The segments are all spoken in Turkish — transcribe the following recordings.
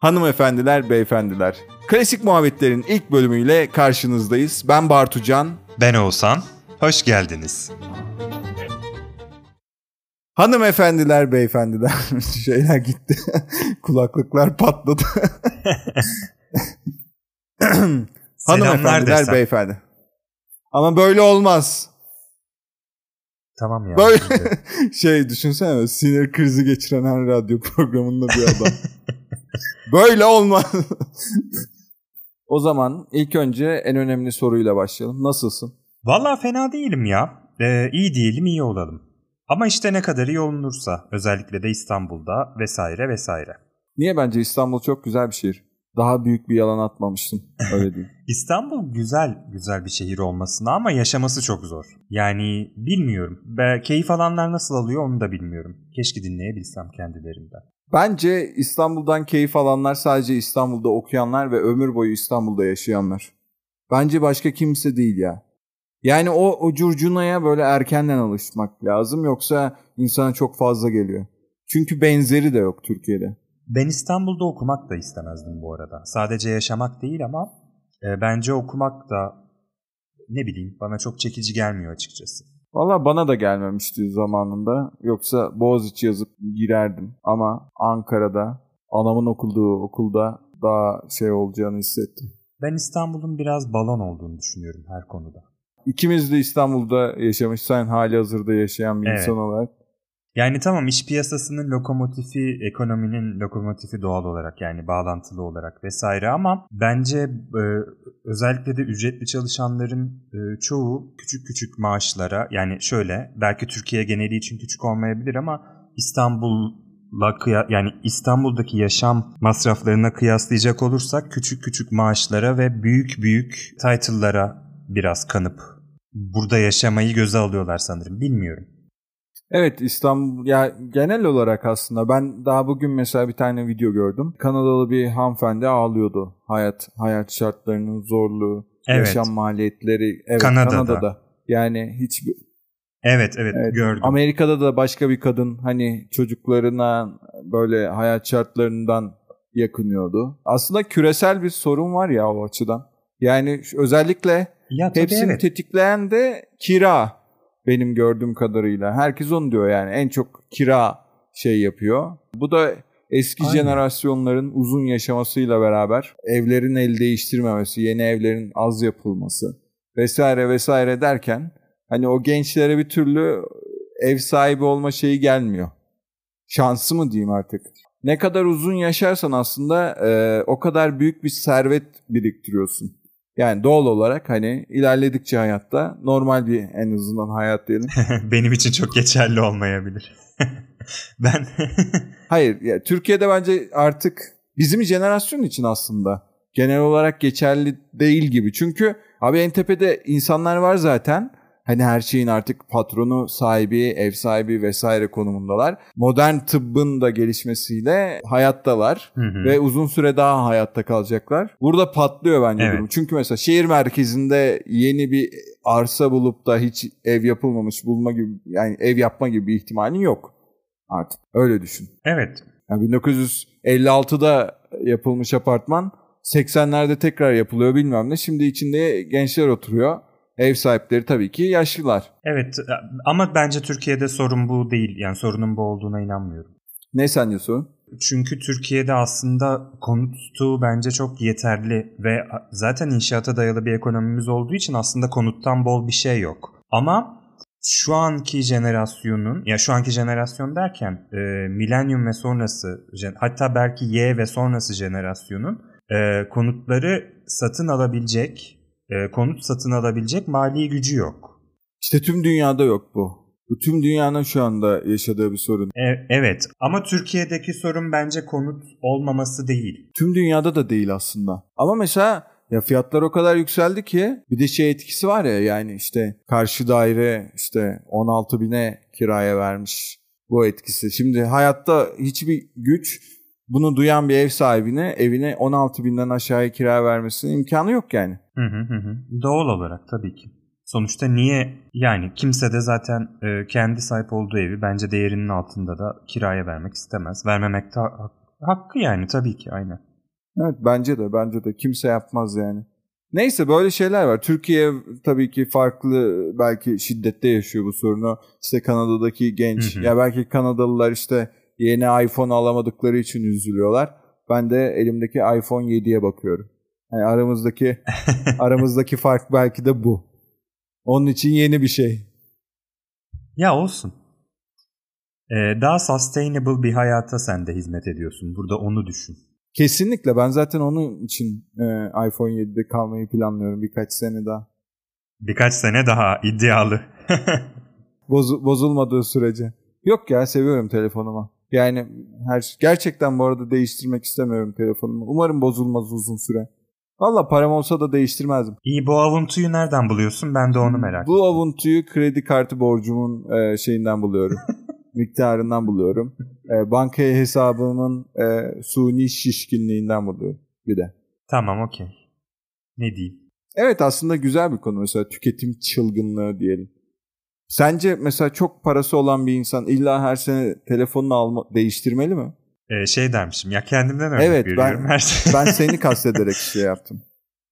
Hanımefendiler, beyefendiler. Klasik muhabbetlerin ilk bölümüyle karşınızdayız. Ben Bartucan. Ben Oğuzhan. Hoş geldiniz. Hanımefendiler, beyefendiler. Şeyler gitti. Kulaklıklar patladı. Hanımefendiler, beyefendi. Ama böyle olmaz. Tamam ya. Böyle düşünsene, sinir krizi geçiren her radyo programında bir adam. Böyle olmaz. O zaman ilk önce en önemli soruyla başlayalım. Nasılsın? Vallahi fena değilim ya. İyi diyelim, iyi olalım. Ama işte ne kadar iyi olunursa. Özellikle de İstanbul'da vesaire vesaire. Niye? Bence İstanbul çok güzel bir şehir. Daha büyük bir yalan atmamıştın. Öyle değil. İstanbul güzel bir şehir olmasına ama yaşaması çok zor. Yani bilmiyorum. Keyif alanlar nasıl alıyor onu da bilmiyorum. Keşke dinleyebilsem kendilerinden. Bence İstanbul'dan keyif alanlar sadece İstanbul'da okuyanlar ve ömür boyu İstanbul'da yaşayanlar. Bence başka kimse değil ya. Yani o curcunaya böyle erkenden alışmak lazım, yoksa insana çok fazla geliyor. Çünkü benzeri de yok Türkiye'de. Ben İstanbul'da okumak da istemezdim bu arada. Sadece yaşamak değil ama bence okumak da ne bileyim bana çok çekici gelmiyor açıkçası. Valla bana da gelmemişti zamanında. Yoksa Boğaziçi yazıp girerdim. Ama Ankara'da, anamın okuduğu okulda daha olacağını hissettim. Ben İstanbul'un biraz balon olduğunu düşünüyorum her konuda. İkimiz de İstanbul'da yaşamış, sen hali hazırda yaşayan bir insan olarak. Yani tamam, iş piyasasının lokomotifi, ekonominin lokomotifi doğal olarak, yani bağlantılı olarak vesaire, ama bence özellikle de ücretli çalışanların çoğu küçük küçük maaşlara, yani şöyle, belki Türkiye geneli için küçük olmayabilir ama yani İstanbul'daki yaşam masraflarına kıyaslayacak olursak küçük küçük maaşlara ve büyük büyük title'lara biraz kanıp burada yaşamayı göze alıyorlar sanırım, bilmiyorum. Evet, İstanbul ya genel olarak aslında ben daha bugün mesela bir tane video gördüm. Kanadalı bir hanımefendi ağlıyordu. Hayat şartlarının zorluğu, yaşam maliyetleri. Evet, Kanada'da. Yani hiçbir Evet, gördüm. Amerika'da da başka bir kadın hani çocuklarına böyle hayat şartlarından yakınıyordu. Aslında küresel bir sorun var ya o açıdan. Yani özellikle hepsini tetikleyen de kira. Benim gördüğüm kadarıyla. Herkes onu diyor yani. En çok kira yapıyor. Bu da eski jenerasyonların uzun yaşamasıyla beraber evlerin el değiştirmemesi, yeni evlerin az yapılması vesaire vesaire derken hani o gençlere bir türlü ev sahibi olma şeyi gelmiyor. Şansı mı diyeyim artık. Ne kadar uzun yaşarsan aslında o kadar büyük bir servet biriktiriyorsun. Yani doğal olarak hani ilerledikçe hayatta normal bir, en azından hayat diyelim. Benim için çok geçerli olmayabilir. Hayır ya, Türkiye'de bence artık bizim jenerasyon için aslında genel olarak geçerli değil gibi. Çünkü abi en tepede insanlar var zaten. Hani her şeyin artık patronu, sahibi, ev sahibi vesaire konumundalar. Modern tıbbın da gelişmesiyle hayattalar. Ve uzun süre daha hayatta kalacaklar. Burada patlıyor bence durum. Çünkü mesela şehir merkezinde yeni bir arsa bulup da hiç ev yapılmamış bulma gibi, yani ev yapma gibi bir ihtimalin yok artık. Öyle düşün. Evet. Yani 1956'da yapılmış apartman 80'lerde tekrar yapılıyor bilmem ne. Şimdi içinde gençler oturuyor. Ev sahipleri tabii ki yaşlılar. Evet, ama bence Türkiye'de sorun bu değil. Yani sorunun bu olduğuna inanmıyorum. Ne sence sorun? Çünkü Türkiye'de aslında konutu bence çok yeterli ve zaten inşaata dayalı bir ekonomimiz olduğu için aslında konuttan bol bir şey yok. Ama şu anki jenerasyonun, ya şu anki jenerasyon derken milenyum ve sonrası, hatta belki Y ve sonrası jenerasyonun konutları konut satın alabilecek mali gücü yok. İşte tüm dünyada yok bu. Tüm dünyanın şu anda yaşadığı bir sorun. Evet, ama Türkiye'deki sorun bence konut olmaması değil. Tüm dünyada da değil aslında. Ama mesela ya fiyatlar o kadar yükseldi ki bir de etkisi var ya, yani işte karşı daire 16.000'e kiraya vermiş, bu etkisi. Şimdi hayatta hiçbir güç bunu duyan bir ev sahibine evine 16.000'den aşağıya kira vermesinin imkanı yok yani. Doğal olarak tabii ki. Sonuçta niye, yani kimse de zaten kendi sahip olduğu evi bence değerinin altında da kiraya vermek istemez. Vermemek de hakkı yani, tabii ki, aynen. Evet, bence de kimse yapmaz yani. Neyse, böyle şeyler var. Türkiye tabii ki farklı, belki şiddette yaşıyor bu sorunu. İşte Kanada'daki genç, ya belki Kanadalılar işte yeni iPhone alamadıkları için üzülüyorlar. Ben de elimdeki iPhone 7'ye bakıyorum. Yani aramızdaki fark belki de bu. Onun için yeni bir şey. Ya olsun. Daha sustainable bir hayata sen de hizmet ediyorsun. Burada onu düşün. Kesinlikle. Ben zaten onun için iPhone 7'de kalmayı planlıyorum birkaç sene daha. Birkaç sene daha iddialı. Bozulmadığı sürece. Yok ya, seviyorum telefonumu. Yani gerçekten bu arada değiştirmek istemiyorum telefonumu. Umarım bozulmaz uzun süre. Valla param olsa da değiştirmezdim. İyi, bu avuntuyu nereden buluyorsun? Ben de onu merak ettim. Bu avuntuyu kredi kartı borcumun şeyinden buluyorum. Miktarından buluyorum. Bankaya hesabımın suni şişkinliğinden buluyorum bir de. Tamam, okey. Ne diyeyim? Evet, aslında güzel bir konu mesela, tüketim çılgınlığı diyelim. Sence mesela çok parası olan bir insan illa her sene telefonunu değiştirmeli mi? Şey dermişim ya, kendimden örnek veriyorum. Ben seni kastederek şey yaptım.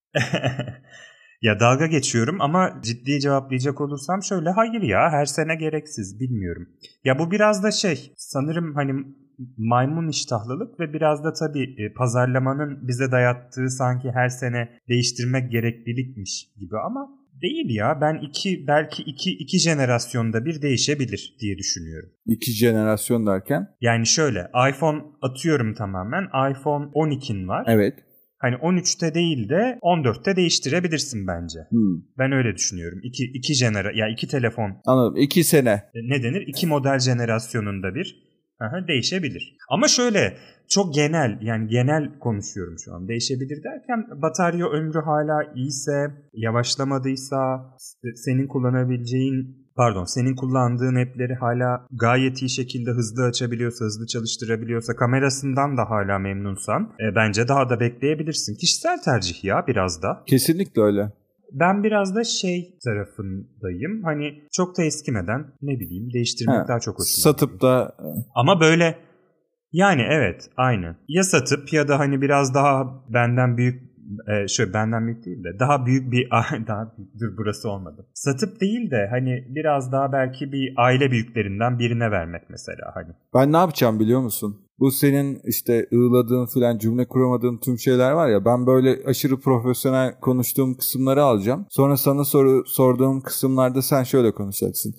Ya dalga geçiyorum ama ciddi cevaplayacak olursam şöyle, hayır ya, her sene gereksiz, bilmiyorum. Ya bu biraz da sanırım hani maymun iştahlılık ve biraz da tabii pazarlamanın bize dayattığı sanki her sene değiştirmek gereklilikmiş gibi, ama değil ya. Ben belki iki jenerasyonda bir değişebilir diye düşünüyorum. 2 jenerasyon derken? Yani şöyle, iPhone atıyorum tamamen. iPhone 12'in var. Evet. Hani 13'te değil de 14'te değiştirebilirsin bence. Ben öyle düşünüyorum. İki telefon. Anladım. 2 sene. Ne denir? 2 model jenerasyonunda bir değişebilir. Ama şöyle, çok genel konuşuyorum şu an. Değişebilir derken, batarya ömrü hala iyiyse, yavaşlamadıysa, senin kullandığın app'leri hala gayet iyi şekilde hızlı açabiliyorsa, hızlı çalıştırabiliyorsa, kamerasından da hala memnunsan bence daha da bekleyebilirsin. Kişisel tercih ya, biraz da. Kesinlikle öyle. Ben biraz da tarafındayım. Hani çok da eskimeden, ne bileyim, değiştirmek daha çok hoşuma gidiyor. Satıp da... Ama böyle, yani evet, aynı. Ya satıp ya da hani biraz daha benden büyük değil de daha büyük bir dur, burası olmadı. Satıp değil de hani biraz daha belki bir aile büyüklerinden birine vermek mesela hani. Ben ne yapacağım biliyor musun? Bu senin işte ığladığın filan, cümle kuramadığın tüm şeyler var ya, ben böyle aşırı profesyonel konuştuğum kısımları alacağım. Sonra sana sorduğum kısımlarda sen şöyle konuşacaksın.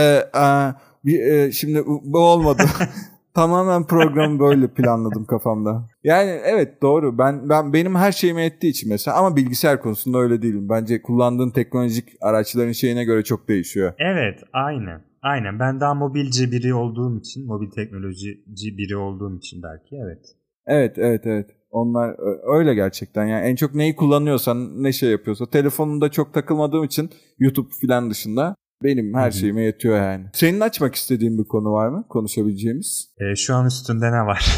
Şimdi bu olmadı. Tamamen programı böyle planladım kafamda. Yani evet, doğru. Benim her şeyime ettiği için mesela, ama bilgisayar konusunda öyle değilim. Bence kullandığın teknolojik araçların şeyine göre çok değişiyor. Evet, aynen. Ben daha mobil teknolojici biri olduğum için belki, evet. Evet. Onlar öyle gerçekten. Yani en çok neyi kullanıyorsan, ne şey yapıyorsa. Telefonunda çok takılmadığım için YouTube filan dışında benim her şeyime yetiyor yani. Senin açmak istediğin bir konu var mı konuşabileceğimiz? Şu an üstünde ne var?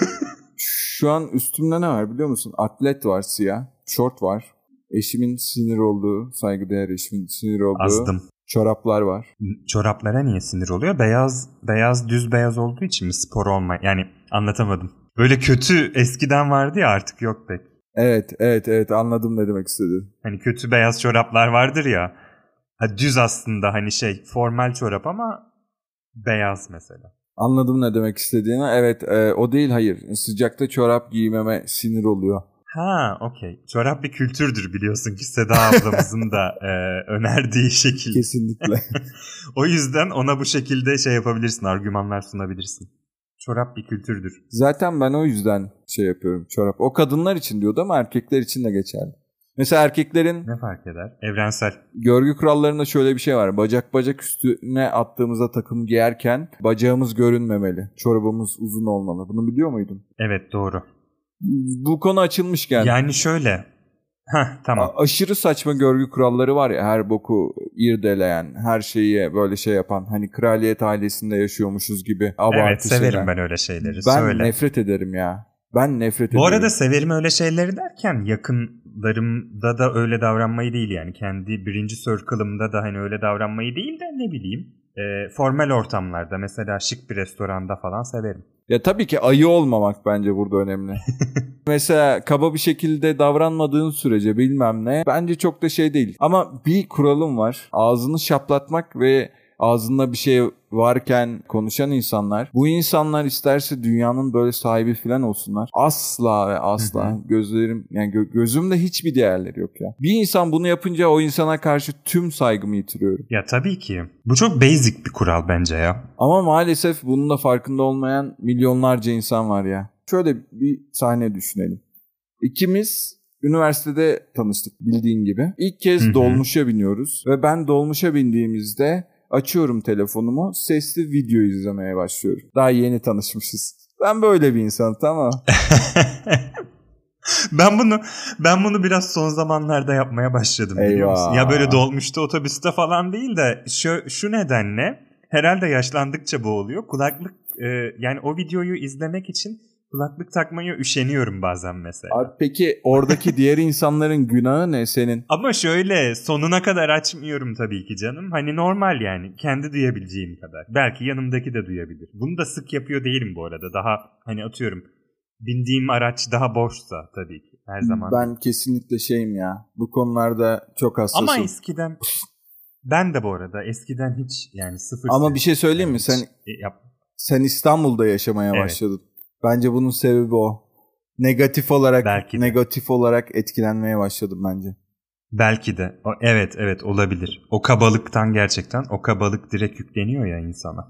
Şu an üstümde ne var biliyor musun? Atlet var, siyah. Şort var. Eşimin sinir olduğu, saygıdeğer eşimin sinir olduğu azdım. Çoraplar var. Çoraplara niye sinir oluyor? Düz beyaz olduğu için mi, spor olma? Yani anlatamadım. Böyle kötü eskiden vardı ya, artık yok pek. Evet, anladım ne demek istediğin. Hani kötü beyaz çoraplar vardır ya. Düz aslında, hani formal çorap ama beyaz mesela. Anladım ne demek istediğini. Evet, o değil, hayır. Sıcakta çorap giymeme sinir oluyor. Okey. Çorap bir kültürdür, biliyorsun ki Seda ablamızın da önerdiği şekilde. Kesinlikle. O yüzden ona bu şekilde yapabilirsin, argümanlar sunabilirsin. Çorap bir kültürdür. Zaten ben o yüzden yapıyorum, çorap. O kadınlar için diyordu ama erkekler için de geçerli. Mesela erkeklerin... Ne fark eder? Evrensel. Görgü kurallarında şöyle bir şey var. Bacak üstüne attığımızda takım giyerken bacağımız görünmemeli. Çorabımız uzun olmalı. Bunu biliyor muydun? Evet, doğru. Bu konu açılmışken. Yani şöyle. Tamam. Aşırı saçma görgü kuralları var ya, her boku irdeleyen, her şeyi böyle yapan, hani kraliyet ailesinde yaşıyormuşuz gibi abartı şeyler. Evet, severim ben öyle şeyleri. Nefret ederim ya. Bu arada severim öyle şeyleri derken, yakınlarımda da öyle davranmayı değil yani. Kendi birinci circle'ımda da hani öyle davranmayı değil de, ne bileyim. Formal ortamlarda mesela şık bir restoranda falan severim. Ya tabii ki ayı olmamak bence burada önemli. Mesela kaba bir şekilde davranmadığın sürece bilmem ne bence çok da şey değil. Ama bir kuralım var. Ağzını şaplatmak ve ağzında bir şey varken konuşan insanlar. Bu insanlar isterse dünyanın böyle sahibi falan olsunlar. Asla ve asla gözlerim yani gözümde hiçbir değerleri yok ya. Bir insan bunu yapınca o insana karşı tüm saygımı yitiriyorum. Ya tabii ki. Bu çok basic bir kural bence ya. Ama maalesef bunun da farkında olmayan milyonlarca insan var ya. Şöyle bir sahne düşünelim. İkimiz üniversitede tanıştık bildiğin gibi. İlk kez dolmuşa biniyoruz ve ben dolmuşa bindiğimizde açıyorum telefonumu, sesli video izlemeye başlıyorum. Daha yeni tanışmışız. Ben böyle bir insanım, tamam. Ben bunu biraz son zamanlarda yapmaya başladım, biliyor musun? Ya böyle dolmuşta, otobüste falan değil de şu nedenle herhalde yaşlandıkça bu oluyor. Kulaklık yani o videoyu izlemek için kulaklık takmaya üşeniyorum bazen mesela. Abi peki oradaki diğer insanların günahı ne senin? Ama şöyle sonuna kadar açmıyorum tabii ki canım. Hani normal yani kendi duyabileceğim kadar. Belki yanımdaki de duyabilir. Bunu da sık yapıyor değilim bu arada. Daha hani atıyorum bindiğim araç daha boşsa tabii ki her zaman. Ben kesinlikle şeyim ya. Bu konularda çok hassasım. Ama eskiden ben de bu arada eskiden hiç yani sıfır. Ama bir şey söyleyeyim mi? Sen İstanbul'da yaşamaya başladın. Bence bunun sebebi o. Negatif olarak etkilenmeye başladım bence. Belki de. Evet olabilir. O kabalıktan gerçekten o kabalık direkt yükleniyor ya insana.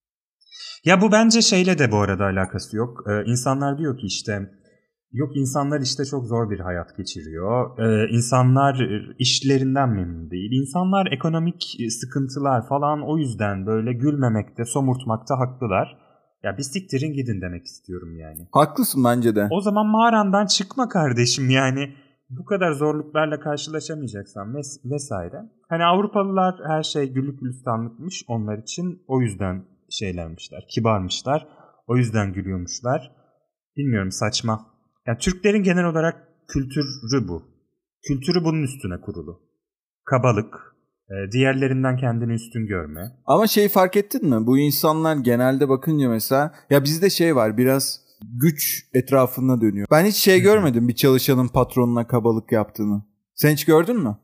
Ya bu bence şeyle de bu arada alakası yok. İnsanlar diyor ki işte yok insanlar işte çok zor bir hayat geçiriyor. İnsanlar işlerinden memnun değil. İnsanlar ekonomik sıkıntılar falan o yüzden böyle gülmemekte, somurtmakta haklılar. Ya bir siktirin gidin demek istiyorum yani. Haklısın bence de. O zaman mağarandan çıkma kardeşim yani. Bu kadar zorluklarla karşılaşamayacaksan vesaire. Hani Avrupalılar her şey güllük gülistanlıkmış onlar için. O yüzden şeylenmişler, kibarmışlar. O yüzden gülüyormuşlar. Bilmiyorum, saçma. Yani Türklerin genel olarak kültürü bu. Kültürü bunun üstüne kurulu. Kabalık, diğerlerinden kendini üstün görme. Ama fark ettin mi? Bu insanlar genelde bakınca mesela ya bizde şey var biraz güç etrafında dönüyor. Ben hiç görmedim bir çalışanın patronuna kabalık yaptığını. Sen hiç gördün mü?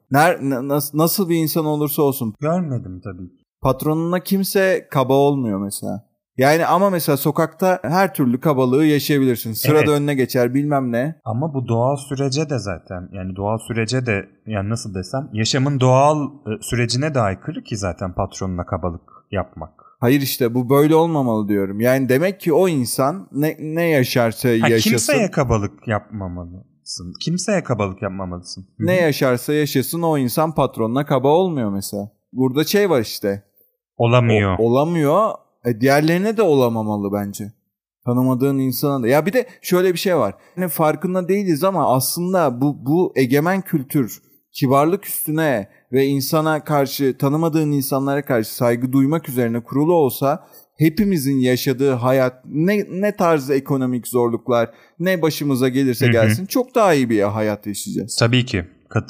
Nasıl bir insan olursa olsun. Görmedim tabii. Patronuna kimse kaba olmuyor mesela. Yani ama mesela sokakta her türlü kabalığı yaşayabilirsin. Sırada önüne geçer bilmem ne. Ama bu doğal sürece de zaten yani doğal sürece de yani nasıl desem yaşamın doğal sürecine de aykırı ki zaten patronuna kabalık yapmak. Hayır işte bu böyle olmamalı diyorum. Yani demek ki o insan ne yaşarsa yaşasın. Kimseye kabalık yapmamalısın. Kimseye kabalık yapmamalısın. Hı-hı. Ne yaşarsa yaşasın o insan patronuna kaba olmuyor mesela. Burada var işte. Olamıyor. Olamıyor. Diğerlerine de olamamalı bence. Tanımadığın insana da. Ya bir de şöyle bir şey var. Yani farkında değiliz ama aslında bu egemen kültür kibarlık üstüne ve insana karşı tanımadığın insanlara karşı saygı duymak üzerine kurulu olsa hepimizin yaşadığı hayat ne tarz ekonomik zorluklar ne başımıza gelirse gelsin çok daha iyi bir hayat yaşayacağız. Tabii ki.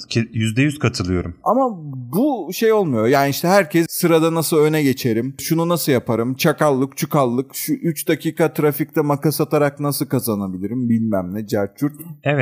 %100 katılıyorum. Ama bu olmuyor. Yani işte herkes sırada nasıl öne geçerim, şunu nasıl yaparım, çukallık, şu 3 dakika trafikte makas atarak nasıl kazanabilirim bilmem ne, cerçurt.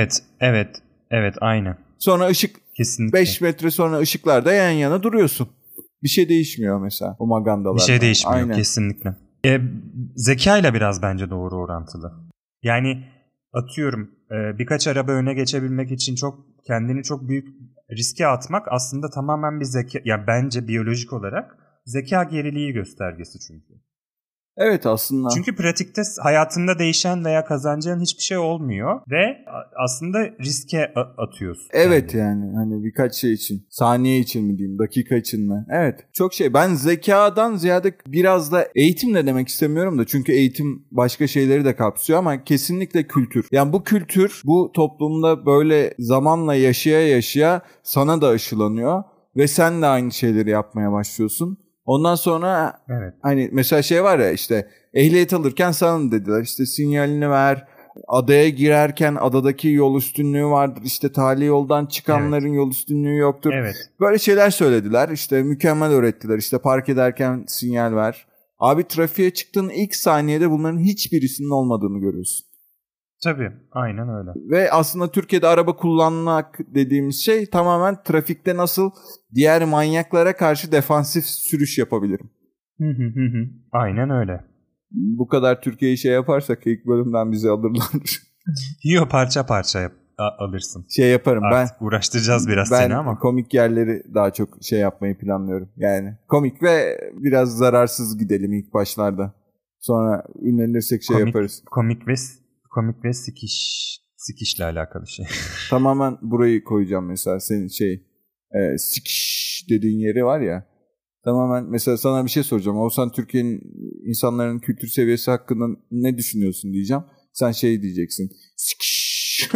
Evet, aynı. Sonra kesinlikle 5 metre sonra ışıklarda yan yana duruyorsun. Bir şey değişmiyor mesela o magandalarda. Bir şey değişmiyor. Aynen. Kesinlikle. Zekayla biraz bence doğru orantılı. Yani atıyorum birkaç araba öne geçebilmek için kendini çok büyük riske atmak aslında tamamen bir zeka. Ya bence biyolojik olarak zeka geriliği göstergesi çünkü. Evet aslında. Çünkü pratikte hayatında değişen veya kazanacağın hiçbir şey olmuyor ve aslında riske atıyorsun. Evet yani hani birkaç şey için. Saniye için mi diyeyim, dakika için mi? Evet. Çok ben zekadan ziyade biraz da eğitim de demek istemiyorum da çünkü eğitim başka şeyleri de kapsıyor ama kesinlikle kültür. Yani bu kültür bu toplumda böyle zamanla yaşaya sana da aşılanıyor ve sen de aynı şeyleri yapmaya başlıyorsun. Ondan sonra hani mesela var ya işte ehliyet alırken sana dediler işte sinyalini ver, adaya girerken adadaki yol üstünlüğü vardır. İşte tali yoldan çıkanların yol üstünlüğü yoktur. Evet. Böyle şeyler söylediler. İşte mükemmel öğrettiler. İşte park ederken sinyal ver. Abi trafiğe çıktığın ilk saniyede bunların hiçbirisinin olmadığını görüyorsun. Tabii, aynen öyle. Ve aslında Türkiye'de araba kullanmak dediğimiz şey tamamen trafikte nasıl diğer manyaklara karşı defansif sürüş yapabilirim. Aynen öyle. Bu kadar Türkiye'yi şey yaparsak ilk bölümden bizi alırlar. Yok, parça parça alırsın. Şey yaparım artık ben. Uğraştıracağız biraz seni ama. Ben komik yerleri daha çok şey yapmayı planlıyorum. Yani komik ve biraz zararsız gidelim ilk başlarda. Sonra ünlenirsek yaparız. Komik ve sikişle alakalı şey. Tamamen burayı koyacağım mesela senin sikiş dediğin yeri var ya. Tamamen mesela sana bir şey soracağım. Oğuzhan, Türkiye'nin insanların kültür seviyesi hakkında ne düşünüyorsun diyeceğim. Sen diyeceksin. Sikiş.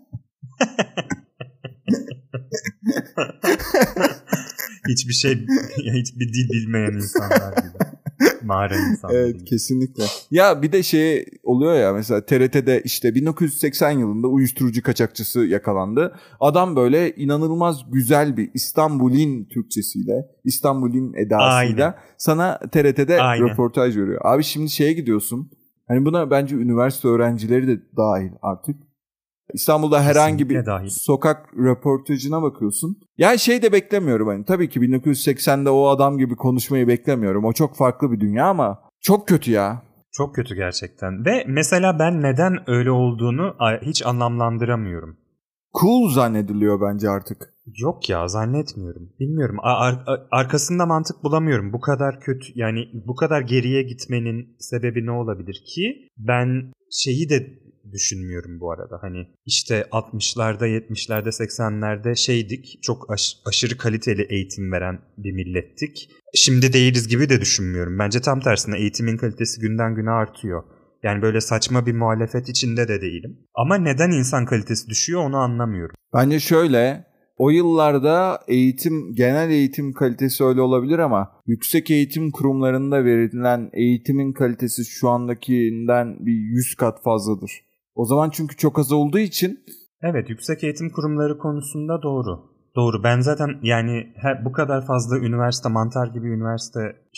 hiçbir dil bilmeyen insanlar gibi. Mağara insanlar evet gibi. Kesinlikle. Ya bir de oluyor ya, mesela TRT'de işte 1980 yılında uyuşturucu kaçakçısı yakalandı. Adam böyle inanılmaz güzel bir İstanbul'in Türkçesiyle, İstanbul'in edasıyla sana TRT'de röportaj veriyor. Abi şimdi gidiyorsun. Hani buna bence üniversite öğrencileri de dahil artık. İstanbul'da herhangi bir sokak röportajına bakıyorsun. Yani de beklemiyorum hani. Tabii ki 1980'de o adam gibi konuşmayı beklemiyorum. O çok farklı bir dünya ama çok kötü ya. Çok kötü gerçekten. Ve mesela ben neden öyle olduğunu hiç anlamlandıramıyorum. Cool zannediliyor bence artık. Yok ya, zannetmiyorum. Bilmiyorum. Arkasında mantık bulamıyorum. Bu kadar kötü, yani bu kadar geriye gitmenin sebebi ne olabilir ki? Ben de düşünmüyorum bu arada. Hani işte 60'larda, 70'lerde, 80'lerde çok aşırı kaliteli eğitim veren bir millettik. Şimdi değiliz gibi de düşünmüyorum. Bence tam tersine eğitimin kalitesi günden güne artıyor. Yani böyle saçma bir muhalefet içinde de değilim. Ama neden insan kalitesi düşüyor onu anlamıyorum. Bence o yıllarda genel eğitim kalitesi öyle olabilir ama yüksek eğitim kurumlarında verilen eğitimin kalitesi şu andakinden bir 100 kat fazladır. O zaman çünkü çok az olduğu için. Evet, yüksek eğitim kurumları konusunda doğru. Doğru. Ben zaten yani bu kadar fazla üniversite, mantar gibi üniversite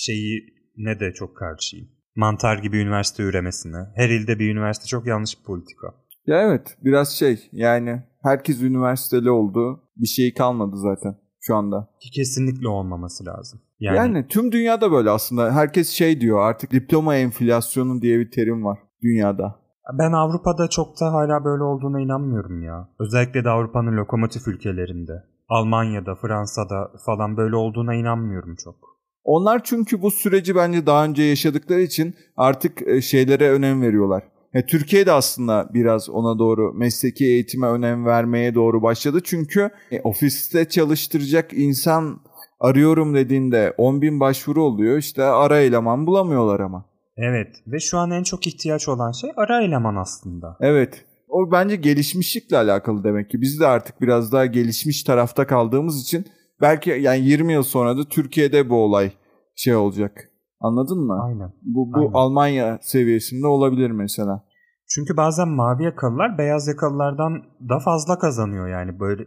ne de çok karşıyım. Mantar gibi üniversite üremesine. Her ilde bir üniversite çok yanlış bir politika. Ya evet, biraz yani herkes üniversiteli oldu. Bir şey kalmadı zaten şu anda. Kesinlikle olmaması lazım. Yani tüm dünyada böyle aslında. Herkes diyor artık, diploma enflasyonu diye bir terim var dünyada. Ben Avrupa'da çok da hala böyle olduğuna inanmıyorum ya. Özellikle de Avrupa'nın lokomotif ülkelerinde. Almanya'da, Fransa'da falan böyle olduğuna inanmıyorum çok. Onlar çünkü bu süreci bence daha önce yaşadıkları için artık şeylere önem veriyorlar. Türkiye'de aslında biraz ona doğru, mesleki eğitime önem vermeye doğru başladı. Çünkü ofiste çalıştıracak insan arıyorum dediğinde 10.000 başvuru oluyor. İşte ara eleman bulamıyorlar ama. Evet ve şu an en çok ihtiyaç olan şey ara eleman aslında. Evet. O bence gelişmişlikle alakalı demek ki. Biz de artık biraz daha gelişmiş tarafta kaldığımız için belki yani 20 yıl sonra da Türkiye'de bu olay olacak. Anladın mı? Aynen. Bu Aynen. Almanya seviyesinde olabilir mesela. Çünkü bazen mavi yakalılar beyaz yakalılardan daha fazla kazanıyor yani böyle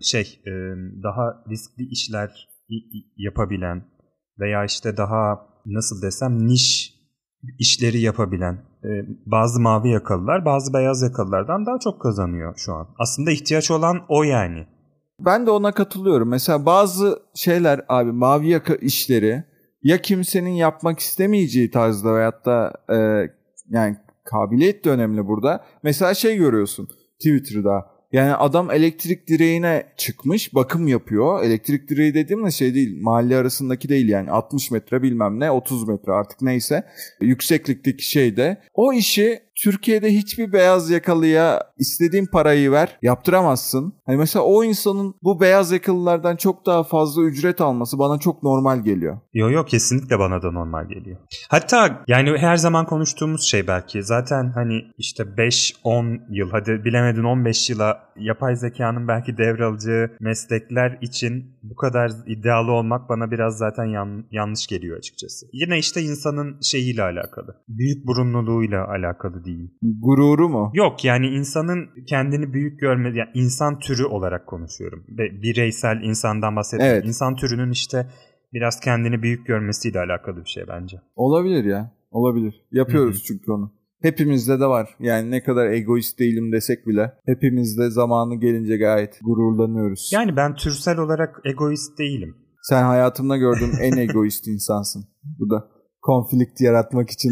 daha riskli işler yapabilen veya işte daha nasıl desem niş işleri yapabilen bazı mavi yakalılar bazı beyaz yakalılardan daha çok kazanıyor şu an. Aslında ihtiyaç olan o yani. Ben de ona katılıyorum. Mesela bazı şeyler abi, mavi yaka işleri ya kimsenin yapmak istemeyeceği tarzda veyahut da yani kabiliyet de önemli burada. Mesela görüyorsun Twitter'da. Yani adam elektrik direğine çıkmış, bakım yapıyor. Elektrik direği dediğim de değil, mahalle arasındaki değil yani 60 metre bilmem ne, 30 metre artık neyse. Yükseklikteki o işi Türkiye'de hiçbir beyaz yakalıya istediğin parayı ver, yaptıramazsın. Hani mesela o insanın bu beyaz yakalılardan çok daha fazla ücret alması bana çok normal geliyor. Yok kesinlikle bana da normal geliyor. Hatta yani her zaman konuştuğumuz belki zaten hani işte 5-10 yıl, hadi bilemedin 15 yıla yapay zekanın belki devralacağı meslekler için Bu kadar iddialı olmak bana biraz zaten yanlış geliyor açıkçası. Yine işte insanın şeyiyle alakalı. Büyük burunluluğuyla alakalı değil. Gururu mu? Yok, yani insanın kendini büyük görmesi, yani insan türü olarak konuşuyorum. Bireysel insandan bahsetmiyorum. Evet. İnsan türünün işte biraz kendini büyük görmesiyle alakalı bir şey bence. Olabilir ya. Olabilir. Yapıyoruz çünkü onu. Hepimizde de var. Yani ne kadar egoist değilim desek bile hepimizde zamanı gelince gayet gururlanıyoruz. Yani ben türsel olarak egoist değilim. Sen hayatımda gördüğüm en egoist insansın. Bu da konflikt yaratmak için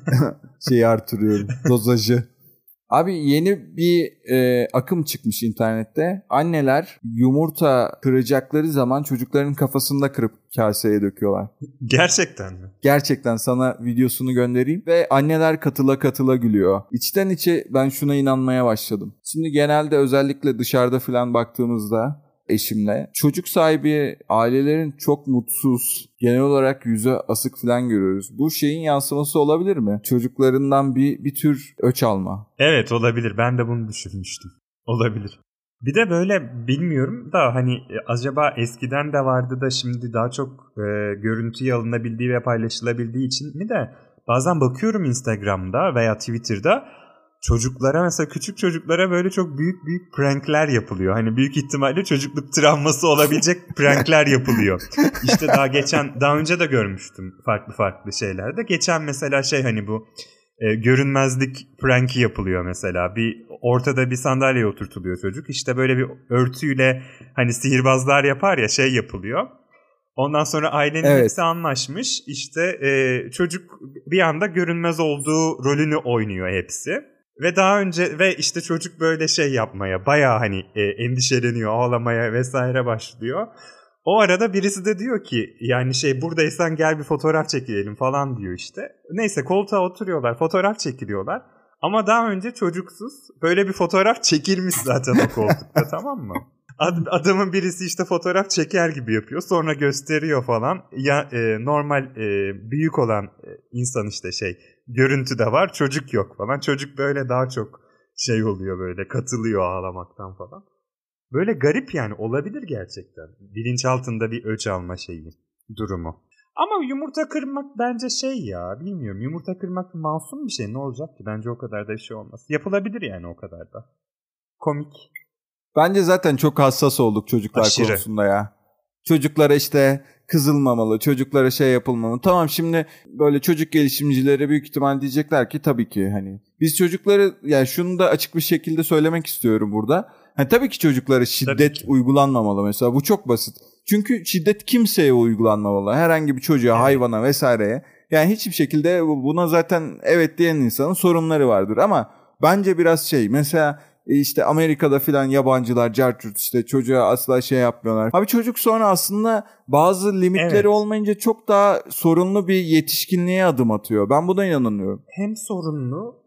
şeyi artırıyorum. Dozajı. Abi yeni bir akım çıkmış internette. Anneler yumurta kıracakları zaman çocukların kafasında kırıp kaseye döküyorlar. Gerçekten mi? Gerçekten, sana videosunu göndereyim. Ve anneler katıla katıla gülüyor. İçten içe ben şuna inanmaya başladım. Şimdi genelde özellikle dışarıda falan baktığımızda eşimle çocuk sahibi ailelerin çok mutsuz, genel olarak yüzü asık falan görüyoruz. Bu şeyin yansıması olabilir mi? Çocuklarından bir tür öç alma. Evet, olabilir. Ben de bunu düşünmüştüm. Olabilir. Bir de böyle bilmiyorum da hani acaba eskiden de vardı da şimdi daha çok görüntüye alınabildiği ve paylaşılabildiği için mi de bazen bakıyorum Instagram'da veya Twitter'da çocuklara, mesela küçük çocuklara böyle çok büyük büyük prankler yapılıyor. Hani büyük ihtimalle çocukluk travması olabilecek prankler yapılıyor. İşte daha önce de görmüştüm farklı şeylerde. Geçen mesela hani bu görünmezlik pranki yapılıyor mesela. Ortada bir sandalyeye oturtuluyor çocuk. İşte böyle bir örtüyle hani sihirbazlar yapar ya yapılıyor. Ondan sonra ailenin hepsi anlaşmış. İşte çocuk bir anda görünmez olduğu rolünü oynuyor hepsi. Ve daha önce işte çocuk böyle yapmaya, bayağı hani endişeleniyor, ağlamaya vesaire başlıyor. O arada birisi de diyor ki yani buradaysan gel bir fotoğraf çekelim falan diyor işte. Neyse, koltuğa oturuyorlar, fotoğraf çekiliyorlar. Ama daha önce çocuksuz böyle bir fotoğraf çekilmiş zaten o koltukta, tamam mı? Adamın birisi işte fotoğraf çeker gibi yapıyor, sonra gösteriyor falan. Ya normal büyük olan insan işte görüntüde var, çocuk yok falan. Çocuk böyle daha çok oluyor, böyle katılıyor ağlamaktan falan. Böyle garip yani, olabilir gerçekten. Bilinçaltında bir öç alma durumu. Ama yumurta kırmak bence bilmiyorum. Yumurta kırmak masum bir şey, ne olacak ki? Bence o kadar da bir şey olmaz. Yapılabilir yani, o kadar da. Komik. Bence zaten çok hassas olduk çocuklar konusunda ya. Çocuklara kızılmamalı, çocuklara yapılmamalı. Tamam, şimdi böyle çocuk gelişimcileri büyük ihtimal diyecekler ki tabii ki hani biz çocukları, yani şunu da açık bir şekilde söylemek istiyorum burada. Hani tabii ki çocuklara şiddet uygulanmamalı mesela, bu çok basit. Çünkü şiddet kimseye uygulanmamalı. Herhangi bir çocuğa, hayvana vesaireye. Yani hiçbir şekilde buna zaten evet diyen insanın sorunları vardır ama bence biraz mesela işte Amerika'da filan yabancılar cartürt çocuğa asla yapmıyorlar. Abi çocuk sonra aslında bazı limitleri olmayınca çok daha sorunlu bir yetişkinliğe adım atıyor. Ben buna inanıyorum. Hem sorunlu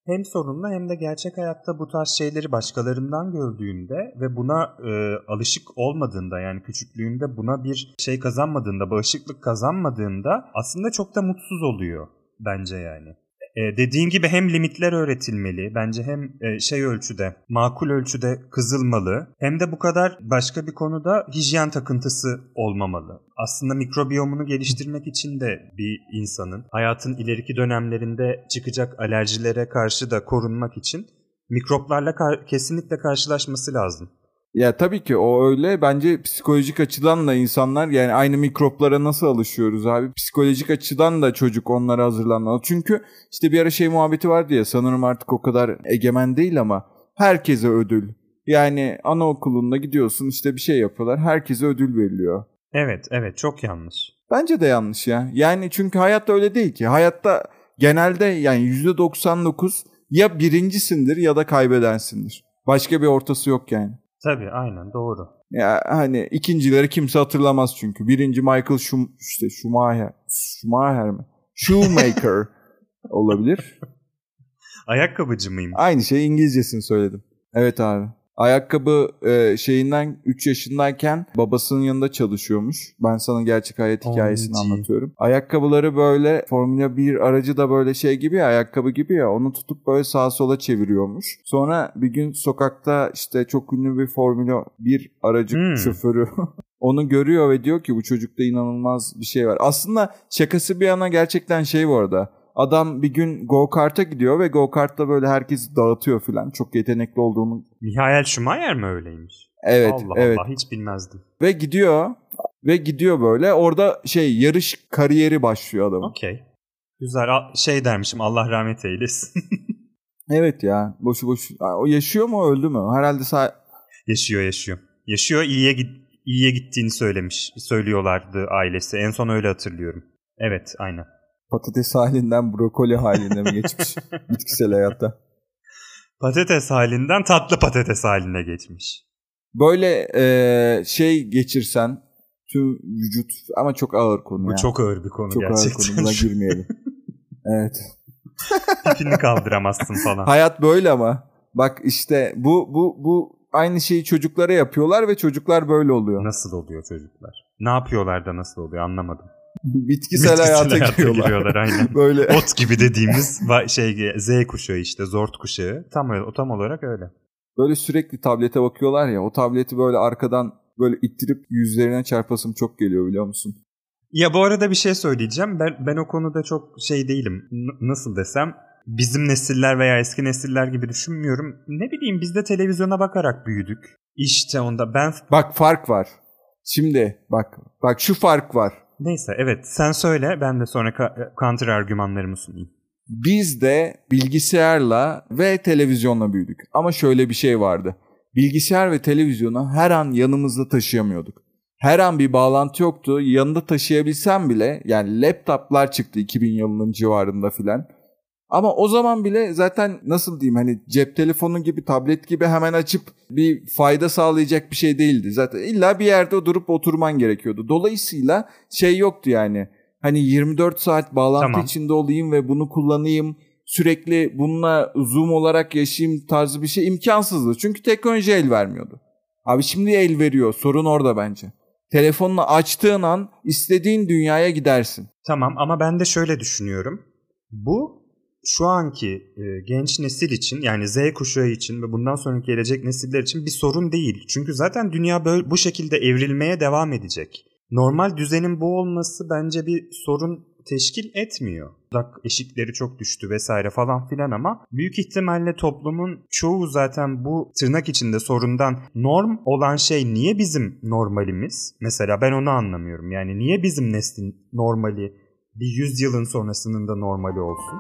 hem de gerçek hayatta bu tarz şeyleri başkalarından gördüğünde ve buna alışık olmadığında, yani küçüklüğünde buna bir kazanmadığında, bağışıklık kazanmadığında aslında çok da mutsuz oluyor bence yani. Dediğin gibi hem limitler öğretilmeli bence, hem ölçüde, makul ölçüde kızılmalı, hem de bu kadar başka bir konuda hijyen takıntısı olmamalı. Aslında mikrobiyomunu geliştirmek için de bir insanın hayatın ileriki dönemlerinde çıkacak alerjilere karşı da korunmak için mikroplarla kesinlikle karşılaşması lazım. Ya tabii ki o öyle. Bence psikolojik açıdan da insanlar, yani aynı mikroplara nasıl alışıyoruz abi? Psikolojik açıdan da çocuk onlara hazırlanmalı. Çünkü işte bir ara muhabbeti vardı ya, sanırım artık o kadar egemen değil ama herkese ödül. Yani anaokulunda gidiyorsun, bir şey yapıyorlar, herkese ödül veriliyor. Evet çok yanlış. Bence de yanlış ya. Yani çünkü hayatta öyle değil ki. Hayatta genelde yani %99 ya birincisindir ya da kaybedensindir. Başka bir ortası yok yani. Tabii, aynen doğru. Ya hani ikincileri kimse hatırlamaz çünkü. Birinci Michael Schumacher mi? Shoemaker olabilir. Ayakkabıcı mıyım? Aynı şey, İngilizcesini söyledim. Evet abi. Ayakkabı 3 yaşındayken babasının yanında çalışıyormuş. Ben sana gerçek hayat hikayesini anlatıyorum. Ayakkabıları böyle Formula 1 aracı da böyle gibi ya, ayakkabı gibi ya, onu tutup böyle sağa sola çeviriyormuş. Sonra bir gün sokakta çok ünlü bir Formula 1 aracı şoförü Onu görüyor ve diyor ki bu çocukta inanılmaz bir şey var. Aslında şakası bir yana gerçekten şey bu arada. Adam bir gün go-kart'a gidiyor ve go-kart'ta böyle herkesi dağıtıyor falan. Çok yetenekli olduğunu. Michael Schumacher mi öyleymiş? Evet. Allah evet. Allah, hiç bilmezdim. Ve gidiyor böyle. Orada yarış kariyeri başlıyor adamın. Okey. Güzel. Şey dermişim, Allah rahmet eylesin. Evet ya. Boşu. O yaşıyor mu, öldü mü? Herhalde Yaşıyor. Yaşıyor, iyiye gittiğini söylüyorlardı ailesi. En son öyle hatırlıyorum. Evet, aynen. Patates halinden brokoli haline mi geçmiş bitkisel hayatta? Patates halinden tatlı patates haline geçmiş. Böyle geçirsen tüm vücut, ama çok ağır konu. Bu çok ağır bir konu çok gerçekten. Çok ağır konu, buna girmeyelim. Evet. Pipini kaldıramazsın falan. Hayat böyle ama. Bak işte bu aynı şeyi çocuklara yapıyorlar ve çocuklar böyle oluyor. Nasıl oluyor çocuklar? Ne yapıyorlar da nasıl oluyor, anlamadım. Bitkisel hayata giriyorlar aynen. Böyle. Ot gibi dediğimiz Z kuşağı, işte zort kuşağı. Tam olarak öyle. Böyle sürekli tablete bakıyorlar ya, o tableti böyle arkadan böyle ittirip yüzlerine çarpasım çok geliyor, biliyor musun? Ya bu arada bir şey söyleyeceğim. Ben o konuda çok değilim. Nasıl desem, bizim nesiller veya eski nesiller gibi düşünmüyorum. Ne bileyim, biz de televizyona bakarak büyüdük. İşte onda Bak fark var. Şimdi bak şu fark var. Neyse, evet, sen söyle, ben de sonra counter argümanlarımı sunayım. Biz de bilgisayarla ve televizyonla büyüdük. Ama şöyle bir şey vardı. Bilgisayar ve televizyonu her an yanımızda taşıyamıyorduk. Her an bir bağlantı yoktu. Yanında taşıyabilsem bile, yani laptoplar çıktı 2000 yılının civarında filan. Ama o zaman bile zaten nasıl diyeyim, hani cep telefonu gibi, tablet gibi hemen açıp bir fayda sağlayacak bir şey değildi. Zaten illa bir yerde durup oturman gerekiyordu. Dolayısıyla yoktu yani. Hani 24 saat bağlantı içinde olayım ve bunu kullanayım, sürekli bununla Zoom olarak yaşayayım tarzı bir şey imkansızdı. Çünkü teknoloji el vermiyordu. Abi şimdi el veriyor. Sorun orada bence. Telefonunu açtığın an istediğin dünyaya gidersin. Tamam, ama ben de şöyle düşünüyorum. Bu şu anki genç nesil için, yani Z kuşağı için ve bundan sonraki gelecek nesiller için bir sorun değil. Çünkü zaten dünya bu şekilde evrilmeye devam edecek. Normal düzenin bu olması bence bir sorun teşkil etmiyor. Eşikleri çok düştü vesaire falan filan, ama büyük ihtimalle toplumun çoğu zaten bu tırnak içinde sorundan norm olan şey niye bizim normalimiz? Mesela ben onu anlamıyorum. Yani niye bizim neslin normali bir 100 yılın sonrasının da normali olsun?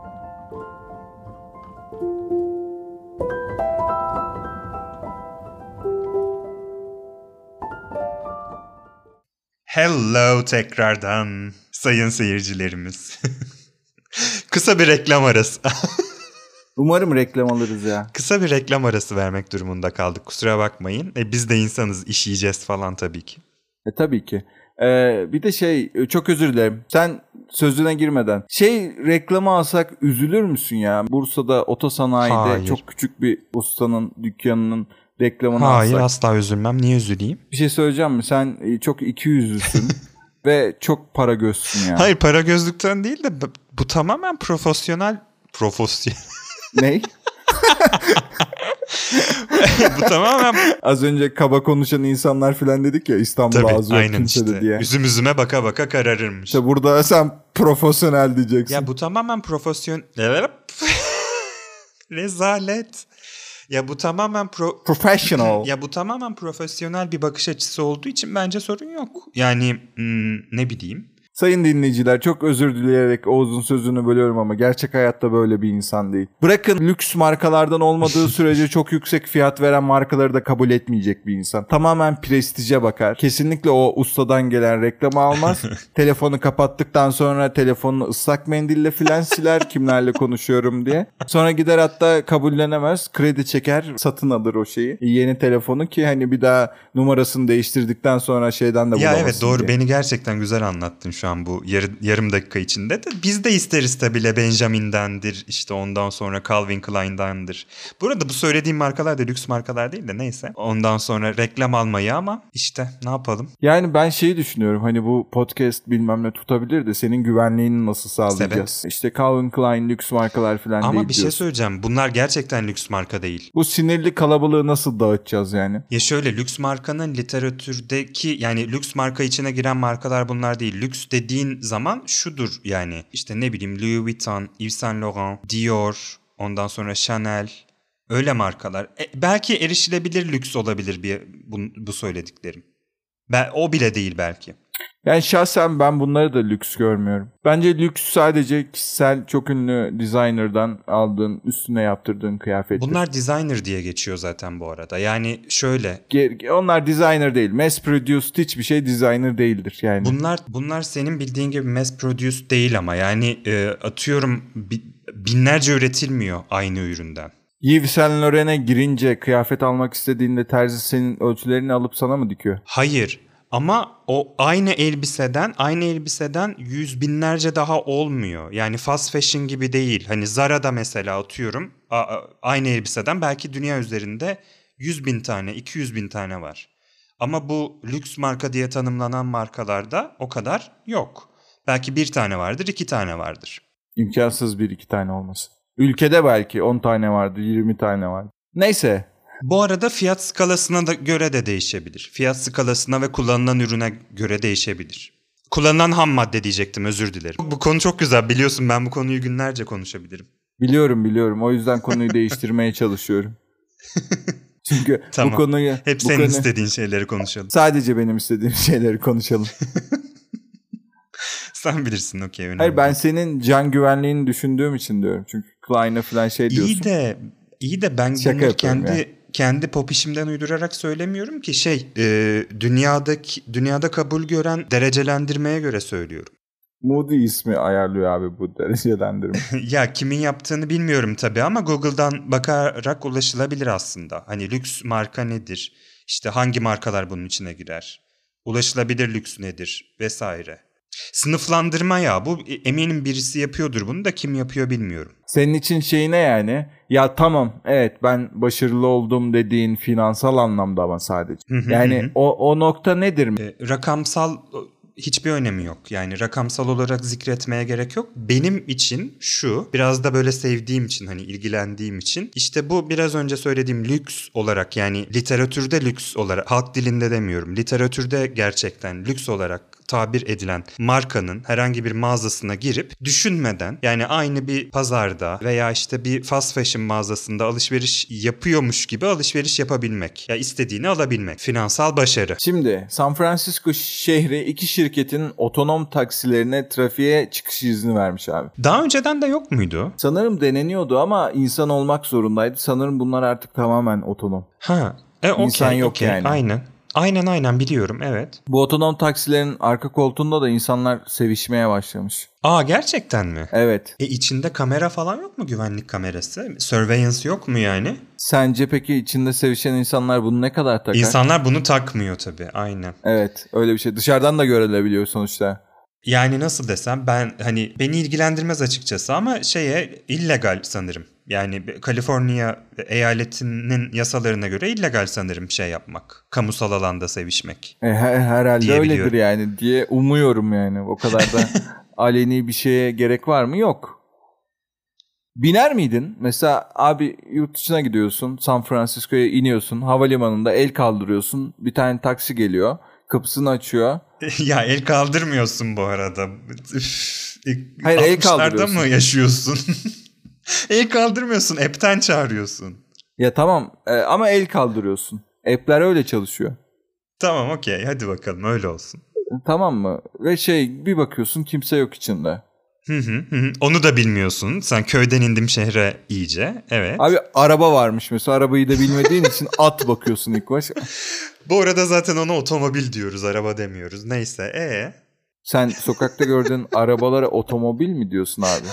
Hello tekrardan sayın seyircilerimiz. Kısa bir reklam arası. Umarım reklam alırız ya. Kısa bir reklam arası vermek durumunda kaldık. Kusura bakmayın. Biz de insanız, işeyeceğiz falan tabii ki. Tabii ki. Bir de çok özür dilerim. Sen sözüne girmeden. Reklamı alsak üzülür müsün ya? Bursa'da otosanayide çok küçük bir ustanın dükkanının reklamını alsak. Hayır, asla üzülmem. Niye üzüleyim? Bir şey söyleyeceğim mi? Sen çok ikiyüzlüsün ve çok para gözsün ya. Hayır, para gözlükten değil de bu tamamen profesyonel. Ney? Bu tamamen... Az önce kaba konuşan insanlar falan dedik ya, İstanbul ağzı yok kimsede işte diye. Üzüme baka baka kararırmış. İşte burada sen profesyonel diyeceksin. Ya bu tamamen profesyonel... Rezalet. Ya bu tamamen professional. Ya bu tamamen profesyonel bir bakış açısı olduğu için bence sorun yok. Yani ne bileyim. Sayın dinleyiciler, çok özür dileyerek Oğuz'un sözünü bölüyorum ama gerçek hayatta böyle bir insan değil. Bırakın lüks markalardan olmadığı sürece çok yüksek fiyat veren markaları da kabul etmeyecek bir insan. Tamamen prestije bakar. Kesinlikle o ustadan gelen reklamı almaz. Telefonu kapattıktan sonra telefonunu ıslak mendille filan siler kimlerle konuşuyorum diye. Sonra gider, hatta kabullenemez, kredi çeker, satın alır o şeyi. Yeni telefonu ki hani bir daha numarasını değiştirdikten sonra şeyden de bulamasın ya evet, doğru diye. Beni gerçekten güzel anlattın şu şu an bu yarım dakika içinde de. Biz de isteriz tabii Le Benjamin'dendir, işte ondan sonra Calvin Klein'dendir. Bu arada bu söylediğim markalar da lüks markalar değil de neyse. Ondan sonra reklam almayı ama işte ne yapalım? Yani ben şeyi düşünüyorum, hani bu podcast bilmem ne tutabilir de senin güvenliğini nasıl sağlayacağız? Sebep? İşte Calvin Klein lüks markalar falan değil ama bir diyorsun. şey söyleyeceğim, bunlar gerçekten lüks marka değil. Bu sinirli kalabalığı nasıl dağıtacağız yani? Ya şöyle, lüks markanın literatürdeki, yani lüks marka içine giren markalar bunlar değil. Lüks dediğin zaman şudur yani, işte ne bileyim Louis Vuitton, Yves Saint Laurent, Dior, ondan sonra Chanel, öyle markalar. Belki erişilebilir lüks olabilir bu söylediklerim. O bile değil belki. Yani şahsen ben bunları da lüks görmüyorum. Bence lüks sadece kişisel çok ünlü designer'dan aldığın, üstüne yaptırdığın kıyafetler. Bunlar designer diye geçiyor zaten bu arada. Yani şöyle. Onlar designer değil. Mass produced hiçbir şey designer değildir yani. Bunlar senin bildiğin gibi mass produced değil ama yani atıyorum binlerce üretilmiyor aynı üründen. Yves Saint Laurent'e girince kıyafet almak istediğinde terzi senin ölçülerini alıp sana mı dikiyor? Hayır. Ama o aynı elbiseden yüz binlerce daha olmuyor. Yani fast fashion gibi değil. Hani Zara'da mesela atıyorum aynı elbiseden belki dünya üzerinde 100.000 tane, 200.000 tane var. Ama bu lüks marka diye tanımlanan markalarda o kadar yok. Belki bir tane vardır, 2 tane vardır. İmkansız 1-2 tane olması. Ülkede belki 10 tane vardır, 20 tane vardır. Neyse. Bu arada fiyat skalasına da göre de değişebilir. Fiyat skalasına ve kullanılan ürüne göre değişebilir. Kullanılan ham madde diyecektim, özür dilerim. Bu konu çok güzel, biliyorsun ben bu konuyu günlerce konuşabilirim. Biliyorum. O yüzden konuyu değiştirmeye çalışıyorum. Çünkü tamam. Bu konuyu... Hep senin istediğin şeyleri konuşalım. Sadece benim istediğim şeyleri konuşalım. Sen bilirsin, okey. Hayır, ben senin can güvenliğini düşündüğüm için diyorum. Çünkü Klein'e falan şey diyorsun. İyi de ben bunu kendi pop işimden uydurarak söylemiyorum ki dünyada kabul gören derecelendirmeye göre söylüyorum. Moody ismi ayarlıyor abi bu derecelendirme. Ya kimin yaptığını bilmiyorum tabii ama Google'dan bakarak ulaşılabilir aslında. Hani lüks marka nedir? İşte hangi markalar bunun içine girer? Ulaşılabilir lüks nedir? Vesaire. Sınıflandırma ya, bu eminim birisi yapıyordur, bunu da kim yapıyor bilmiyorum. Senin için şey ne yani? Ya tamam, evet ben başarılı oldum dediğin finansal anlamda ama sadece. Yani o nokta nedir mi? Rakamsal hiçbir önemi yok. Yani rakamsal olarak zikretmeye gerek yok. Benim için şu, biraz da böyle sevdiğim için, hani ilgilendiğim için, işte bu biraz önce söylediğim lüks olarak, yani literatürde lüks olarak, halk dilinde demiyorum, literatürde gerçekten lüks olarak tabir edilen markanın herhangi bir mağazasına girip düşünmeden, yani aynı bir pazarda veya işte bir fast fashion mağazasında alışveriş yapıyormuş gibi alışveriş yapabilmek. Ya istediğini alabilmek. Finansal başarı. Şimdi San Francisco şehri 2 şirketin otonom taksilerine trafiğe çıkış izni vermiş abi. Daha önceden de yok muydu? Sanırım deneniyordu ama insan olmak zorundaydı. Sanırım bunlar artık tamamen otonom. İnsan yok yani. Aynen biliyorum, evet. Bu otonom taksilerin arka koltuğunda da insanlar sevişmeye başlamış. Gerçekten mi? Evet. İçinde kamera falan yok mu, güvenlik kamerası? Surveillance yok mu yani? Sence peki içinde sevişen insanlar bunu ne kadar takar? İnsanlar bunu takmıyor tabii, aynen. Evet, öyle bir şey. Dışarıdan da görülebiliyor sonuçta. Yani nasıl desem, beni ilgilendirmez açıkçası ama illegal sanırım. Yani Kaliforniya eyaletinin yasalarına göre illegal sanırım yapmak. Kamusal alanda sevişmek. Herhalde öyledir yani diye umuyorum yani. O kadar da aleni bir şeye gerek var mı? Yok. Biner miydin? Mesela abi yurt dışına gidiyorsun. San Francisco'ya iniyorsun. Havalimanında el kaldırıyorsun. Bir tane taksi geliyor. Kapısını açıyor. Ya el kaldırmıyorsun bu arada. Hayır, el kaldırıyorsun. mı yaşıyorsun? El kaldırmıyorsun. App'ten çağırıyorsun. Ya tamam ama el kaldırıyorsun. App'ler öyle çalışıyor. Tamam, okey. Hadi bakalım, öyle olsun. Tamam mı? Ve bir bakıyorsun kimse yok içinde. Onu da bilmiyorsun. Sen köyden indim şehre iyice. Evet. Abi araba varmış mesela. Arabayı da bilmediğin için at bakıyorsun ilk baş. Bu arada zaten ona otomobil diyoruz. Araba demiyoruz. Neyse. Sen sokakta gördüğün arabalara otomobil mi diyorsun abi?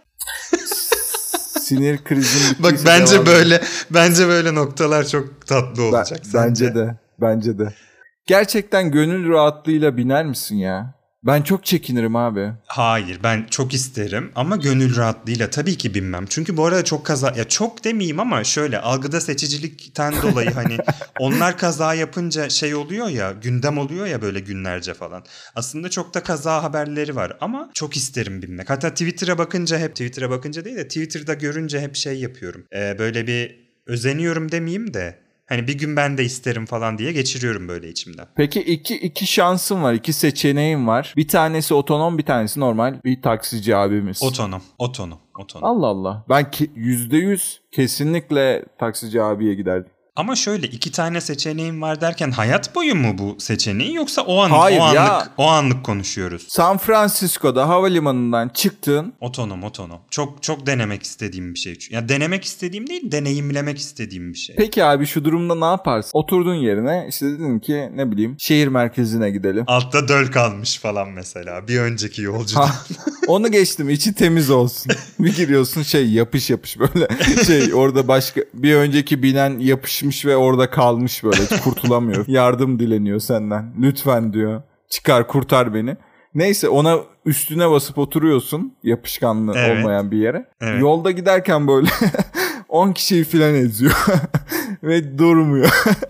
Sinir krizin. Bak bence böyle noktalar çok tatlı olacak. Bence de. Gerçekten gönül rahatlığıyla biner misin ya? Ben çok çekinirim abi. Hayır, ben çok isterim ama gönül rahatlığıyla tabii ki binmem. Çünkü bu arada çok kaza, ya çok demeyeyim ama şöyle algıda seçicilikten dolayı hani onlar kaza yapınca şey oluyor ya, gündem oluyor ya böyle günlerce falan. Aslında çok da kaza haberleri var ama çok isterim binmek. Hatta Twitter'a bakınca değil de Twitter'da görünce hep şey yapıyorum. Böyle bir özeniyorum demeyeyim de hani bir gün ben de isterim falan diye geçiriyorum böyle içimden. Peki iki şansın var, iki seçeneğin var. Bir tanesi otonom, bir tanesi normal bir taksici abimiz. Otonom. Allah Allah. Ben %100 kesinlikle taksici abiye giderdim. Ama şöyle 2 tane seçeneğim var derken hayat boyu mu bu seçeneği yoksa o anlık konuşuyoruz? San Francisco'da havalimanından çıktın. Otonom. Çok denemek istediğim bir şey. Ya denemek istediğim değil, deneyimlemek istediğim bir şey. Peki abi şu durumda ne yaparsın? Oturdun yerine işte dedin ki ne bileyim şehir merkezine gidelim. Altta döl kalmış falan mesela bir önceki yolcudan. Onu geçtim, içi temiz olsun. Bir giriyorsun yapış böyle orada başka bir önceki binen yapışmış ve orada kalmış böyle kurtulamıyor. Yardım dileniyor senden. Lütfen diyor. Çıkar kurtar beni. Neyse ona üstüne basıp oturuyorsun yapışkanlı olmayan bir yere. Evet. Yolda giderken böyle 10 kişiyi filan eziyor ve durmuyor.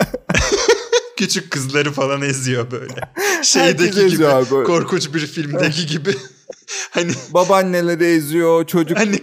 Küçük kızları falan eziyor böyle. Şeydeki gibi böyle. Korkunç bir filmdeki gibi. Hani babaanneleri eziyor, çocuk. Hani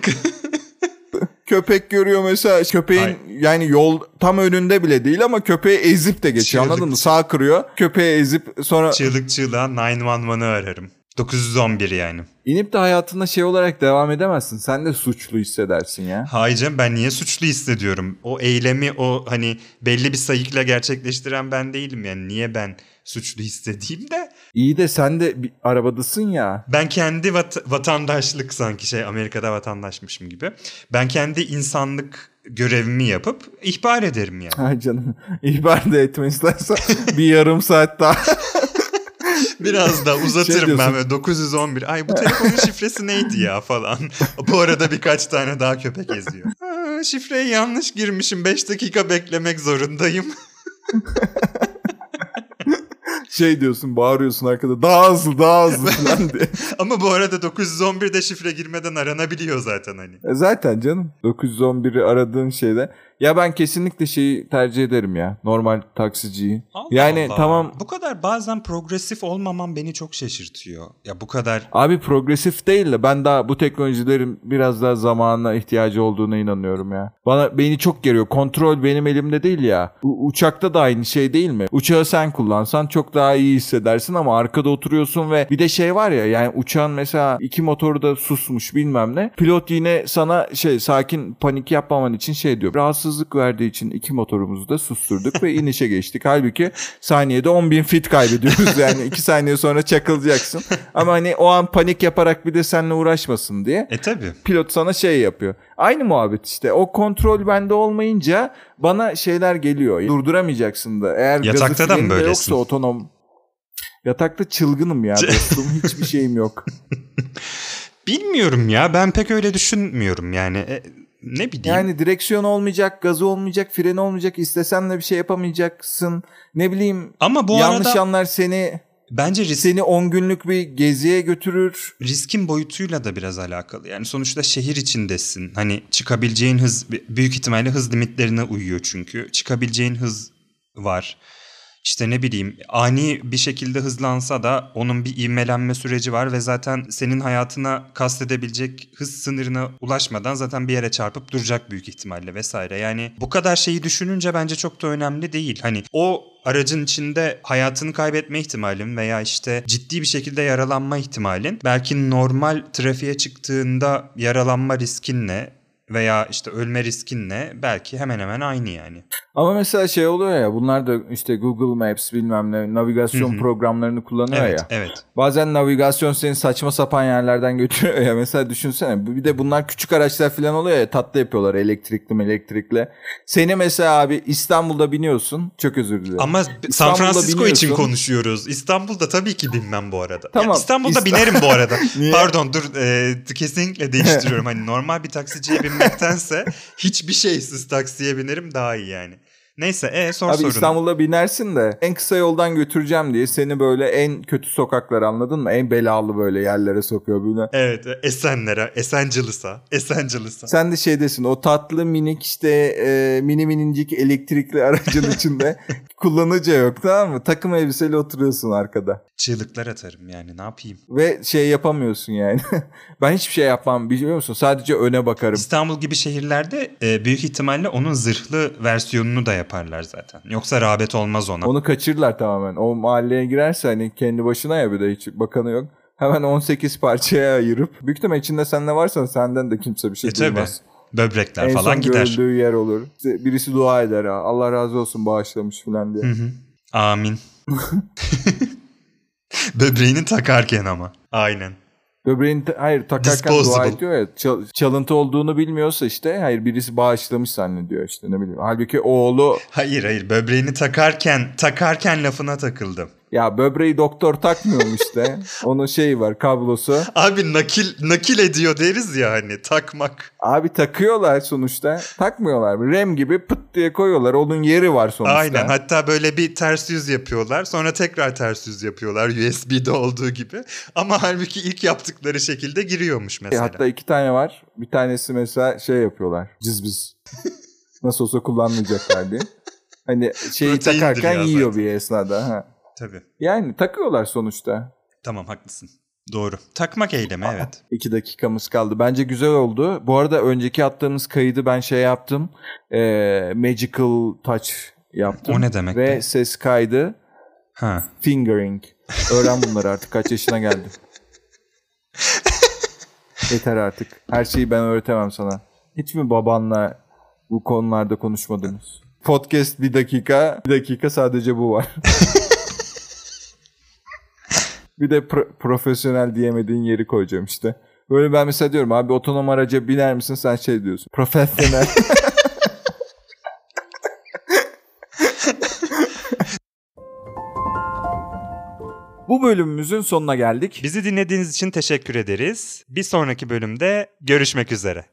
köpek görüyor mesela, köpeğin yani yol tam önünde bile değil ama köpeği ezip de geçiyor, anladın mı? Sağ kırıyor, köpeği ezip sonra çığlığa 911'ı ararım. 911 yani. İnip de hayatında olarak devam edemezsin. Sen de suçlu hissedersin ya. Hayır canım, ben niye suçlu hissediyorum? O eylemi hani belli bir sayıkla gerçekleştiren ben değilim yani. Niye ben suçlu hissedeyim de? İyi de sen de bir arabadasın ya. Ben kendi vatandaşlık sanki Amerika'da vatandaşmışım gibi. Ben kendi insanlık görevimi yapıp ihbar ederim yani. Ay canım, ihbar da etme istersen bir yarım saat daha. Biraz daha uzatırım ben böyle 911. Ay bu telefonun şifresi neydi ya falan. Bu arada birkaç tane daha köpek eziyor. Şifreyi yanlış girmişim. 5 dakika beklemek zorundayım. Diyorsun, bağırıyorsun arkada. Daha hızlı falan diye. Ama bu arada 911'de şifre girmeden aranabiliyor zaten hani. Zaten canım. 911'i aradığın şeyde. Ya ben kesinlikle tercih ederim ya. Normal taksiciyi. Allah. Tamam. Bu kadar bazen progresif olmamam beni çok şaşırtıyor. Ya bu kadar. Abi progresif değil de ben daha bu teknolojilerin biraz daha zamana ihtiyacı olduğuna inanıyorum ya. Beni çok geriyor. Kontrol benim elimde değil ya. Uçakta da aynı şey değil mi? Uçağı sen kullansan çok daha iyi hissedersin ama arkada oturuyorsun ve bir de var ya, yani uçağın mesela 2 motoru da susmuş bilmem ne. Pilot yine sana sakin, panik yapmaman için diyor. Rahatsızlık verdiği için 2 motorumuzu da susturduk ve inişe geçtik. Halbuki saniyede 10.000 fit kaybediyoruz yani 2 saniye sonra çakılacaksın. Ama hani o an panik yaparak bir de seninle uğraşmasın diye. Tabii. Pilot sana yapıyor. Aynı muhabbet işte. O kontrol bende olmayınca bana şeyler geliyor. Durduramayacaksın da. Eğer yatakta da mı böylesin? Yoksa otonom. Yatakta çılgınım ya dostum. Hiçbir şeyim yok. Bilmiyorum ya. Ben pek öyle düşünmüyorum yani. Ne bileyim. Yani direksiyon olmayacak, gazı olmayacak, freni olmayacak. İstesen de bir şey yapamayacaksın. Ne bileyim. Ama bu yanlış arada anlar seni. Bence seni 10 günlük bir geziye götürür. Riskin boyutuyla da biraz alakalı. Yani sonuçta şehir içindesin. Hani çıkabileceğin hız büyük ihtimalle hız limitlerine uyuyor çünkü. Çıkabileceğin hız var. İşte ne bileyim, ani bir şekilde hızlansa da onun bir ivmelenme süreci var ve zaten senin hayatına kastedebilecek hız sınırına ulaşmadan zaten bir yere çarpıp duracak büyük ihtimalle vesaire. Yani bu kadar şeyi düşününce bence çok da önemli değil. Hani o aracın içinde hayatını kaybetme ihtimalin veya işte ciddi bir şekilde yaralanma ihtimalin belki normal trafiğe çıktığında yaralanma riskinle veya işte ölme riskinle belki hemen hemen aynı yani. Ama mesela oluyor ya, bunlar da işte Google Maps bilmem ne navigasyon programlarını kullanıyor ya. Evet. Bazen navigasyon seni saçma sapan yerlerden götürüyor ya. Mesela düşünsene, bir de bunlar küçük araçlar falan oluyor ya, tatlı yapıyorlar elektrikli. Seni mesela abi İstanbul'da biniyorsun. Çok özür dilerim. Ama San Francisco için konuşuyoruz. İstanbul'da tabii ki binmem bu arada. Tamam. Ya İstanbul'da binerim bu arada. Pardon dur kesinlikle değiştiriyorum. Hani normal bir taksiciye binmektense hiçbir şeysiz taksiye binerim daha iyi yani. Neyse sor abi sorunu. İstanbul'da binersin de en kısa yoldan götüreceğim diye seni böyle en kötü sokaklara, anladın mı? En belalı böyle yerlere sokuyor böyle. Evet, Esenler'e, Esencilis'a. Sen de şeydesin, o tatlı minik işte mini minicik elektrikli aracın içinde kullanıcı yok, tamam mı? Takım elbiseyle oturuyorsun arkada. Çığlıklar atarım yani, ne yapayım? Ve şey yapamıyorsun yani. Ben hiçbir şey yapmam, biliyor musun? Sadece öne bakarım. İstanbul gibi şehirlerde büyük ihtimalle onun zırhlı versiyonunu da yaparlar zaten. Yoksa rağbet olmaz ona. Onu kaçırırlar tamamen. O mahalleye girerse hani kendi başına ya, bir de hiç bakanı yok. Hemen 18 parçaya ayırıp, büyük ihtimalle içinde sen ne varsa senden de kimse bir şey duymaz. Böbrekler en falan gider. En son görüldüğü yer olur. Birisi dua eder, ha, Allah razı olsun bağışlamış falan diye. Amin. Böbreğini takarken ama. Aynen. Böbreğini hayır takarken dua ediyor ya, çalıntı olduğunu bilmiyorsa işte, hayır birisi bağışlamış zannediyor işte, ne bileyim. Halbuki oğlu... Hayır böbreğini takarken lafına takıldım. Ya böbreği doktor takmıyor mu işte? Onun şeyi var, kablosu. Abi nakil ediyor deriz ya hani, takmak. Abi takıyorlar sonuçta. Takmıyorlar mı? Rem gibi pıt diye koyuyorlar. Onun yeri var sonuçta. Aynen, hatta böyle bir ters yüz yapıyorlar. Sonra tekrar ters yüz yapıyorlar USB'de olduğu gibi. Ama halbuki ilk yaptıkları şekilde giriyormuş mesela. Hatta 2 tane var. Bir tanesi mesela şey yapıyorlar. Cızbız. Nasıl olsa kullanmayacaklar diye. Hani şeyi Proteindir takarken yiyor zaten. bir esnada. Ha. Tabii. Yani takıyorlar sonuçta. Tamam, haklısın. Doğru. Takmak eylemi, evet. 2 dakikamız kaldı. Bence güzel oldu. Bu arada önceki attığımız kaydı ben şey yaptım. Magical Touch yaptım. O ne demek? Ve ses kaydı. Ha. Fingering. Öğren bunları artık. Kaç yaşına geldin. Yeter artık. Her şeyi ben öğretemem sana. Hiç mi babanla bu konularda konuşmadınız? Podcast 1 dakika. 1 dakika sadece bu var. Bir de profesyonel diyemediğin yeri koyacağım işte. Böyle ben mesela diyorum abi otonom araca biner misin? Sen şey diyorsun. Profesyonel. Bu bölümümüzün sonuna geldik. Bizi dinlediğiniz için teşekkür ederiz. Bir sonraki bölümde görüşmek üzere.